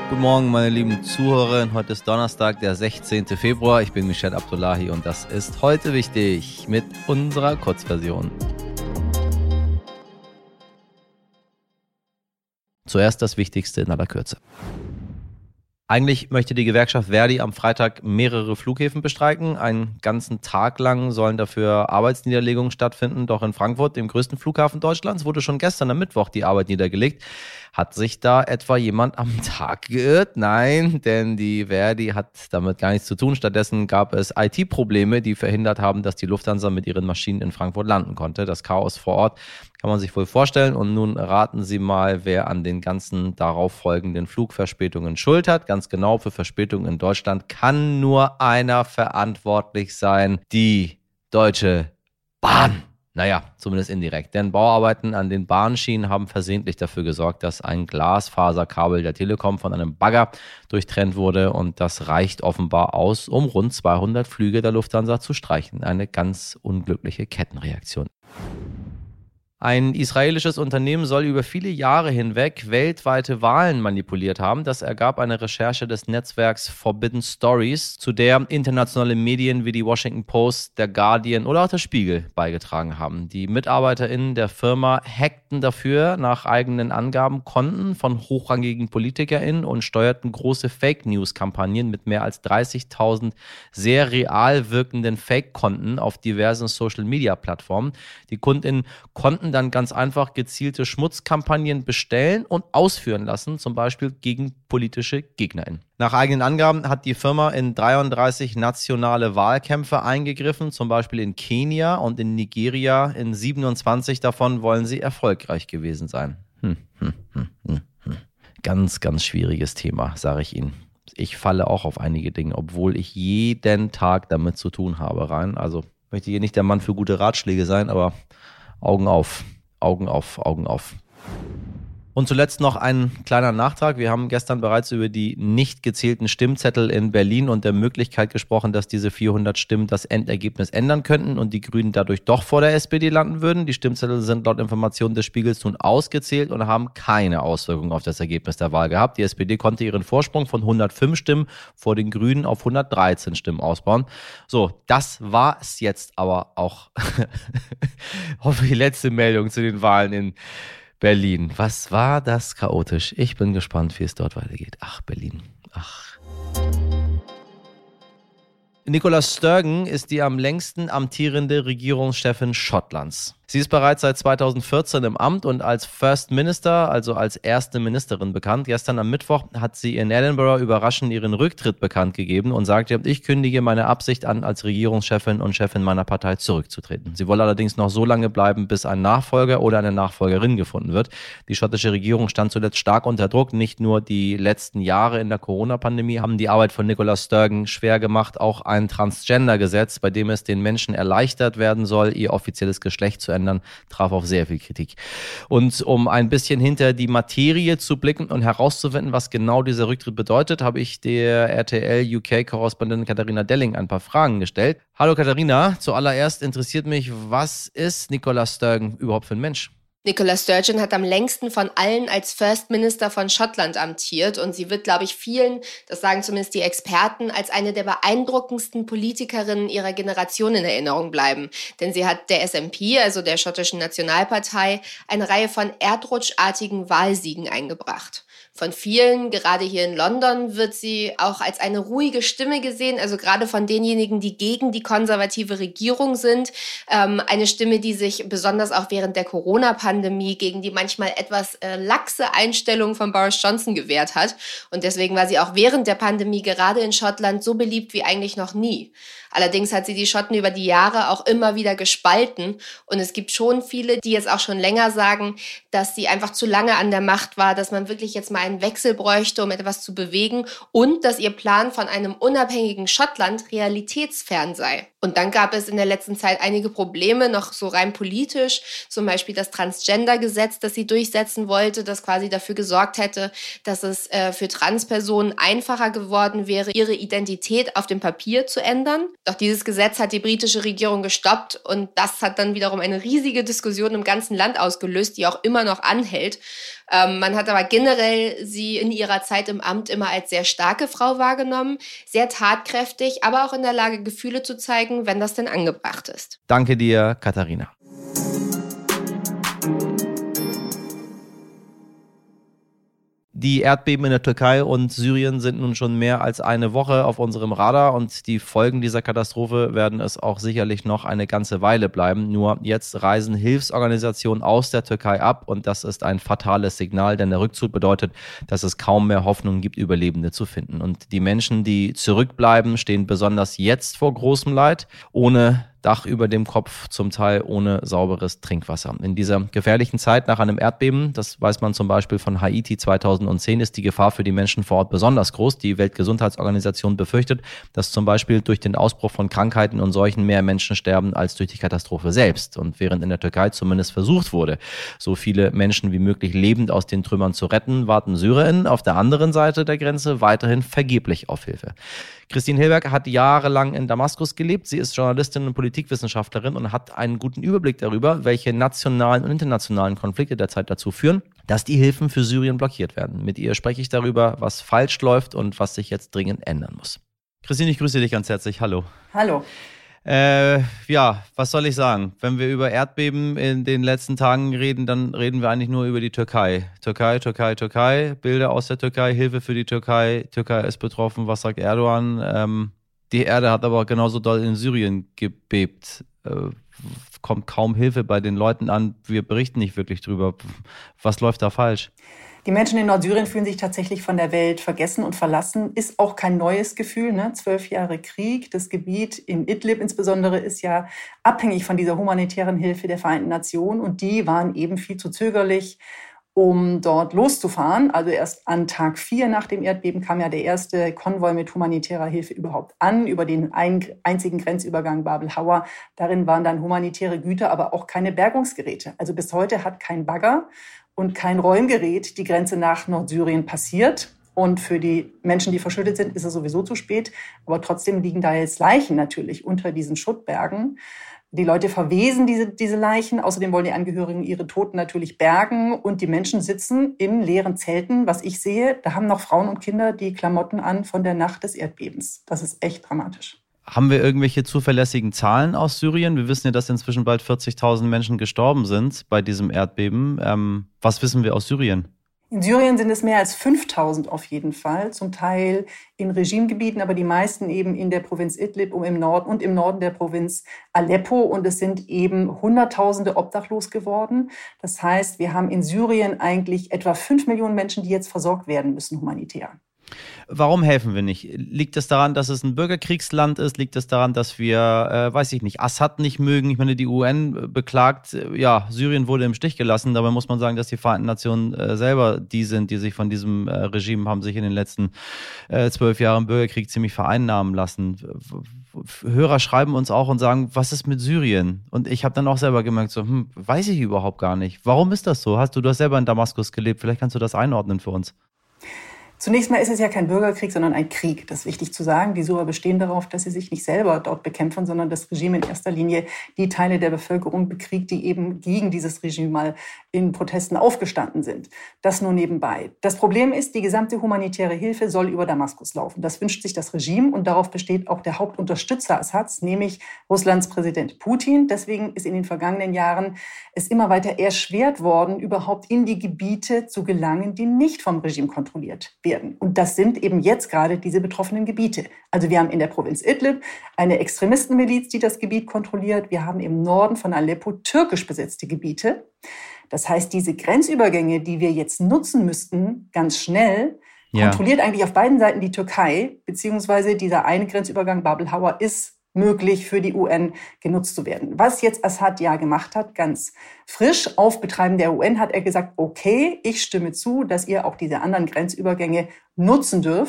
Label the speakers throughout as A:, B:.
A: Guten Morgen, meine lieben Zuhörerinnen. Heute ist Donnerstag, der 16. Februar. Ich bin Michel Abdullahi und das ist heute wichtig mit unserer Kurzversion. Zuerst das Wichtigste in aller Kürze. Eigentlich möchte die Gewerkschaft Verdi am Freitag mehrere Flughäfen bestreiken. Einen ganzen Tag lang sollen dafür Arbeitsniederlegungen stattfinden. Doch in Frankfurt, dem größten Flughafen Deutschlands, wurde schon gestern am Mittwoch die Arbeit niedergelegt. Hat sich da etwa jemand am Tag geirrt? Nein, denn die Verdi hat damit gar nichts zu tun. Stattdessen gab es IT-Probleme, die verhindert haben, dass die Lufthansa mit ihren Maschinen in Frankfurt landen konnte. Das Chaos vor Ort kann man sich wohl vorstellen. Und nun raten Sie mal, wer an den ganzen darauf folgenden Flugverspätungen Schuld hat. Ganz genau, für Verspätungen in Deutschland kann nur einer verantwortlich sein: die Deutsche Bahn. Naja, zumindest indirekt. Denn Bauarbeiten an den Bahnschienen haben versehentlich dafür gesorgt, dass ein Glasfaserkabel der Telekom von einem Bagger durchtrennt wurde. Und das reicht offenbar aus, um rund 200 Flüge der Lufthansa zu streichen. Eine ganz unglückliche Kettenreaktion. Ein israelisches Unternehmen soll über viele Jahre hinweg weltweite Wahlen manipuliert haben. Das ergab eine Recherche des Netzwerks Forbidden Stories, zu der internationale Medien wie die Washington Post, der Guardian oder auch der Spiegel beigetragen haben. Die MitarbeiterInnen der Firma hackten dafür nach eigenen Angaben Konten von hochrangigen PolitikerInnen und steuerten große Fake-News-Kampagnen mit mehr als 30.000 sehr real wirkenden Fake-Konten auf diversen Social-Media-Plattformen. Die KundInnen konnten dann ganz einfach gezielte Schmutzkampagnen bestellen und ausführen lassen, zum Beispiel gegen politische GegnerInnen. Nach eigenen Angaben hat die Firma in 33 nationale Wahlkämpfe eingegriffen, zum Beispiel in Kenia und in Nigeria. In 27 davon wollen sie erfolgreich gewesen sein. Ganz, ganz schwieriges Thema, sage ich Ihnen. Ich falle auch auf einige Dinge, obwohl ich jeden Tag damit zu tun habe rein. Also möchte hier nicht der Mann für gute Ratschläge sein, aber Augen auf, Augen auf, Augen auf. Und zuletzt noch ein kleiner Nachtrag. Wir haben gestern bereits über die nicht gezählten Stimmzettel in Berlin und der Möglichkeit gesprochen, dass diese 400 Stimmen das Endergebnis ändern könnten und die Grünen dadurch doch vor der SPD landen würden. Die Stimmzettel sind laut Informationen des Spiegels nun ausgezählt und haben keine Auswirkungen auf das Ergebnis der Wahl gehabt. Die SPD konnte ihren Vorsprung von 105 Stimmen vor den Grünen auf 113 Stimmen ausbauen. So, das war es jetzt aber auch. Hoffe, die letzte Meldung zu den Wahlen in Berlin. Was war das chaotisch? Ich bin gespannt, wie es dort weitergeht. Ach, Berlin. Ach. Nicola Sturgeon ist die am längsten amtierende Regierungschefin Schottlands. Sie ist bereits seit 2014 im Amt und als First Minister, also als erste Ministerin, bekannt. Gestern am Mittwoch hat sie in Edinburgh überraschend ihren Rücktritt bekannt gegeben und sagte: Ich kündige meine Absicht an, als Regierungschefin und Chefin meiner Partei zurückzutreten. Sie wolle allerdings noch so lange bleiben, bis ein Nachfolger oder eine Nachfolgerin gefunden wird. Die schottische Regierung stand zuletzt stark unter Druck. Nicht nur die letzten Jahre in der Corona-Pandemie haben die Arbeit von Nicola Sturgeon schwer gemacht. Auch ein Transgender-Gesetz, bei dem es den Menschen erleichtert werden soll, ihr offizielles Geschlecht zu ändern, traf auf sehr viel Kritik. Und um ein bisschen hinter die Materie zu blicken und herauszufinden, was genau dieser Rücktritt bedeutet, habe ich der RTL UK-Korrespondentin Katharina Delling ein paar Fragen gestellt. Hallo Katharina, zuallererst interessiert mich, was ist Nicola Sturgeon überhaupt für ein Mensch?
B: Nicola Sturgeon hat am längsten von allen als First Minister von Schottland amtiert und sie wird, glaube ich, vielen, das sagen zumindest die Experten, als eine der beeindruckendsten Politikerinnen ihrer Generation in Erinnerung bleiben. Denn sie hat der SNP, also der schottischen Nationalpartei, eine Reihe von erdrutschartigen Wahlsiegen eingebracht. Von vielen, gerade hier in London, wird sie auch als eine ruhige Stimme gesehen, also gerade von denjenigen, die gegen die konservative Regierung sind. Eine Stimme, die sich besonders auch während der Corona-Pandemie gegen die manchmal etwas laxe Einstellung von Boris Johnson gewehrt hat. Und deswegen war sie auch während der Pandemie gerade in Schottland so beliebt wie eigentlich noch nie. Allerdings hat sie die Schotten über die Jahre auch immer wieder gespalten. Und es gibt schon viele, die jetzt auch schon länger sagen, dass sie einfach zu lange an der Macht war, dass man wirklich jetzt mal einen Wechsel bräuchte, um etwas zu bewegen und dass ihr Plan von einem unabhängigen Schottland realitätsfern sei. Und dann gab es in der letzten Zeit einige Probleme, noch so rein politisch, zum Beispiel das Transgender-Gesetz, das sie durchsetzen wollte, das quasi dafür gesorgt hätte, dass es für Transpersonen einfacher geworden wäre, ihre Identität auf dem Papier zu ändern. Doch dieses Gesetz hat die britische Regierung gestoppt und das hat dann wiederum eine riesige Diskussion im ganzen Land ausgelöst, die auch immer noch anhält. Man hat aber generell sie in ihrer Zeit im Amt immer als sehr starke Frau wahrgenommen, sehr tatkräftig, aber auch in der Lage, Gefühle zu zeigen, wenn das denn angebracht ist.
A: Danke dir, Katharina. Die Erdbeben in der Türkei und Syrien sind nun schon mehr als eine Woche auf unserem Radar und die Folgen dieser Katastrophe werden es auch sicherlich noch eine ganze Weile bleiben. Nur jetzt reisen Hilfsorganisationen aus der Türkei ab und das ist ein fatales Signal, denn der Rückzug bedeutet, dass es kaum mehr Hoffnung gibt, Überlebende zu finden. Und die Menschen, die zurückbleiben, stehen besonders jetzt vor großem Leid, ohne Dach über dem Kopf, zum Teil ohne sauberes Trinkwasser. In dieser gefährlichen Zeit nach einem Erdbeben, das weiß man zum Beispiel von Haiti 2010, ist die Gefahr für die Menschen vor Ort besonders groß. Die Weltgesundheitsorganisation befürchtet, dass zum Beispiel durch den Ausbruch von Krankheiten und Seuchen mehr Menschen sterben als durch die Katastrophe selbst. Und während in der Türkei zumindest versucht wurde, so viele Menschen wie möglich lebend aus den Trümmern zu retten, warten SyrerInnen auf der anderen Seite der Grenze weiterhin vergeblich auf Hilfe. Christine Hilberg hat jahrelang in Damaskus gelebt. Sie ist Journalistin und Politikwissenschaftlerin und hat einen guten Überblick darüber, welche nationalen und internationalen Konflikte derzeit dazu führen, dass die Hilfen für Syrien blockiert werden. Mit ihr spreche ich darüber, was falsch läuft und was sich jetzt dringend ändern muss. Christine, ich grüße dich ganz herzlich. Hallo.
C: Hallo.
A: Was soll ich sagen? Wenn wir über Erdbeben in den letzten Tagen reden, dann reden wir eigentlich nur über die Türkei. Türkei, Bilder aus der Türkei, Hilfe für die Türkei. Türkei ist betroffen, was sagt Erdogan? Die Erde hat aber genauso doll in Syrien gebebt. Kommt kaum Hilfe bei den Leuten an. Wir berichten nicht wirklich drüber. Was läuft da falsch?
C: Die Menschen in Nordsyrien fühlen sich tatsächlich von der Welt vergessen und verlassen. Ist auch kein neues Gefühl, ne? 12 Jahre Krieg. Das Gebiet in Idlib insbesondere ist ja abhängig von dieser humanitären Hilfe der Vereinten Nationen. Und die waren eben viel zu zögerlich, um dort loszufahren. Also erst an Tag 4 nach dem Erdbeben kam ja der erste Konvoi mit humanitärer Hilfe überhaupt an, über den einzigen Grenzübergang Bab el-Hawa. Darin waren dann humanitäre Güter, aber auch keine Bergungsgeräte. Also bis heute hat kein Bagger und kein Räumgerät die Grenze nach Nordsyrien passiert. Und für die Menschen, die verschüttet sind, ist es sowieso zu spät. Aber trotzdem liegen da jetzt Leichen natürlich unter diesen Schuttbergen. Die Leute verwesen diese Leichen. Außerdem wollen die Angehörigen ihre Toten natürlich bergen. Und die Menschen sitzen in leeren Zelten. Was ich sehe, da haben noch Frauen und Kinder die Klamotten an von der Nacht des Erdbebens. Das ist echt dramatisch.
A: Haben wir irgendwelche zuverlässigen Zahlen aus Syrien? Wir wissen ja, dass inzwischen bald 40.000 Menschen gestorben sind bei diesem Erdbeben. Was wissen wir aus Syrien?
C: In Syrien sind es mehr als 5.000 auf jeden Fall, zum Teil in Regimegebieten, aber die meisten eben in der Provinz Idlib und im Norden der Provinz Aleppo. Und es sind eben Hunderttausende obdachlos geworden. Das heißt, wir haben in Syrien eigentlich etwa 5 Millionen Menschen, die jetzt versorgt werden müssen humanitär.
A: Warum helfen wir nicht? Liegt es daran, dass es ein Bürgerkriegsland ist? Liegt es daran, dass wir, Assad nicht mögen? Ich meine, die UN beklagt, Syrien wurde im Stich gelassen. Dabei muss man sagen, dass die Vereinten Nationen selber die sind, die sich von diesem Regime haben sich in den letzten 12 Jahren Bürgerkrieg ziemlich vereinnahmen lassen. Hörer schreiben uns auch und sagen, was ist mit Syrien? Und ich habe dann auch selber gemerkt, weiß ich überhaupt gar nicht. Warum ist das so? Du hast selber in Damaskus gelebt. Vielleicht kannst du das einordnen für uns.
C: Zunächst mal ist es ja kein Bürgerkrieg, sondern ein Krieg. Das ist wichtig zu sagen. Die Syrer bestehen darauf, dass sie sich nicht selber dort bekämpfen, sondern das Regime in erster Linie die Teile der Bevölkerung bekriegt, die eben gegen dieses Regime mal in Protesten aufgestanden sind. Das nur nebenbei. Das Problem ist, die gesamte humanitäre Hilfe soll über Damaskus laufen. Das wünscht sich das Regime und darauf besteht auch der Hauptunterstützer Assads, nämlich Russlands Präsident Putin. Deswegen ist in den vergangenen Jahren es immer weiter erschwert worden, überhaupt in die Gebiete zu gelangen, die nicht vom Regime kontrolliert werden. Und das sind eben jetzt gerade diese betroffenen Gebiete. Also wir haben in der Provinz Idlib eine Extremistenmiliz, die das Gebiet kontrolliert. Wir haben im Norden von Aleppo türkisch besetzte Gebiete. Das heißt, diese Grenzübergänge, die wir jetzt nutzen müssten, ganz schnell, kontrolliert eigentlich auf beiden Seiten die Türkei, beziehungsweise dieser eine Grenzübergang Bab el-Hawa ist möglich für die UN genutzt zu werden. Was jetzt Assad ja gemacht hat, ganz frisch auf Betreiben der UN, hat er gesagt, okay, ich stimme zu, dass ihr auch diese anderen Grenzübergänge nutzen dürft,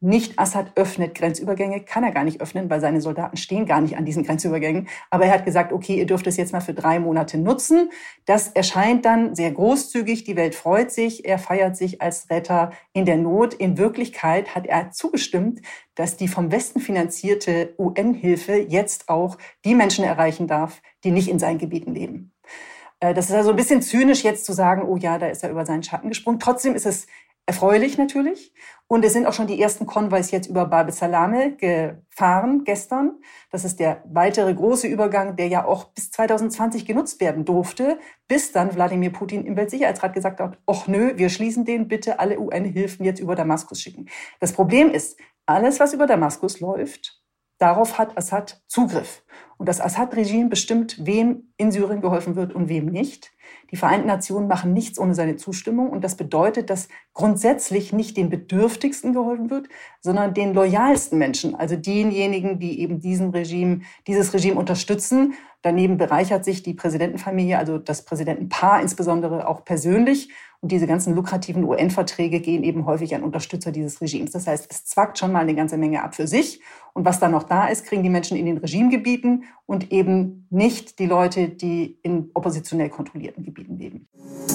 C: nicht Assad öffnet Grenzübergänge, kann er gar nicht öffnen, weil seine Soldaten stehen gar nicht an diesen Grenzübergängen. Aber er hat gesagt, okay, ihr dürft es jetzt mal für 3 Monate nutzen. Das erscheint dann sehr großzügig, die Welt freut sich, er feiert sich als Retter in der Not. In Wirklichkeit hat er zugestimmt, dass die vom Westen finanzierte UN-Hilfe jetzt auch die Menschen erreichen darf, die nicht in seinen Gebieten leben. Das ist also ein bisschen zynisch jetzt zu sagen, oh ja, da ist er über seinen Schatten gesprungen. Trotzdem ist es erfreulich natürlich. Und es sind auch schon die ersten Konvois jetzt über Bab el-Salame gefahren gestern. Das ist der weitere große Übergang, der ja auch bis 2020 genutzt werden durfte, bis dann Wladimir Putin im Weltsicherheitsrat gesagt hat, ach nö, wir schließen den, bitte alle UN-Hilfen jetzt über Damaskus schicken. Das Problem ist, alles, was über Damaskus läuft, darauf hat Assad Zugriff. Und das Assad-Regime bestimmt, wem in Syrien geholfen wird und wem nicht. Die Vereinten Nationen machen nichts ohne seine Zustimmung. Und das bedeutet, dass grundsätzlich nicht den Bedürftigsten geholfen wird, sondern den loyalsten Menschen, also denjenigen, die eben dieses Regime unterstützen. Daneben bereichert sich die Präsidentenfamilie, also das Präsidentenpaar insbesondere auch persönlich. Und diese ganzen lukrativen UN-Verträge gehen eben häufig an Unterstützer dieses Regimes. Das heißt, es zwackt schon mal eine ganze Menge ab für sich. Und was dann noch da ist, kriegen die Menschen in den Regimegebieten und eben nicht die Leute, die in oppositionell kontrollierten Gebieten leben.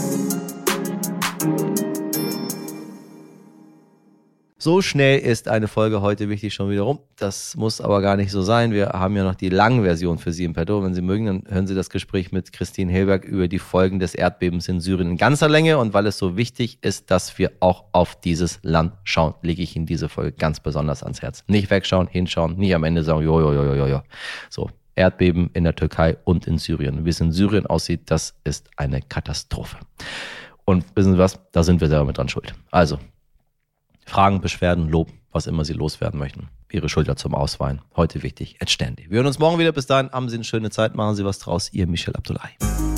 A: So schnell ist eine Folge heute wichtig schon wieder rum. Das muss aber gar nicht so sein. Wir haben ja noch die lange Version für Sie im Petto. Wenn Sie mögen, dann hören Sie das Gespräch mit Christine Helberg über die Folgen des Erdbebens in Syrien in ganzer Länge. Und weil es so wichtig ist, dass wir auch auf dieses Land schauen, lege ich Ihnen diese Folge ganz besonders ans Herz. Nicht wegschauen, hinschauen, nicht am Ende sagen, jo. So, Erdbeben in der Türkei und in Syrien. Wie es in Syrien aussieht, das ist eine Katastrophe. Und wissen Sie was? Da sind wir selber mit dran schuld. Also, Fragen, Beschwerden, Lob, was immer Sie loswerden möchten. Ihre Schulter zum Ausweinen. Heute wichtig, et ständig. Wir hören uns morgen wieder. Bis dahin, haben Sie eine schöne Zeit, machen Sie was draus. Ihr Michel Abdullahi.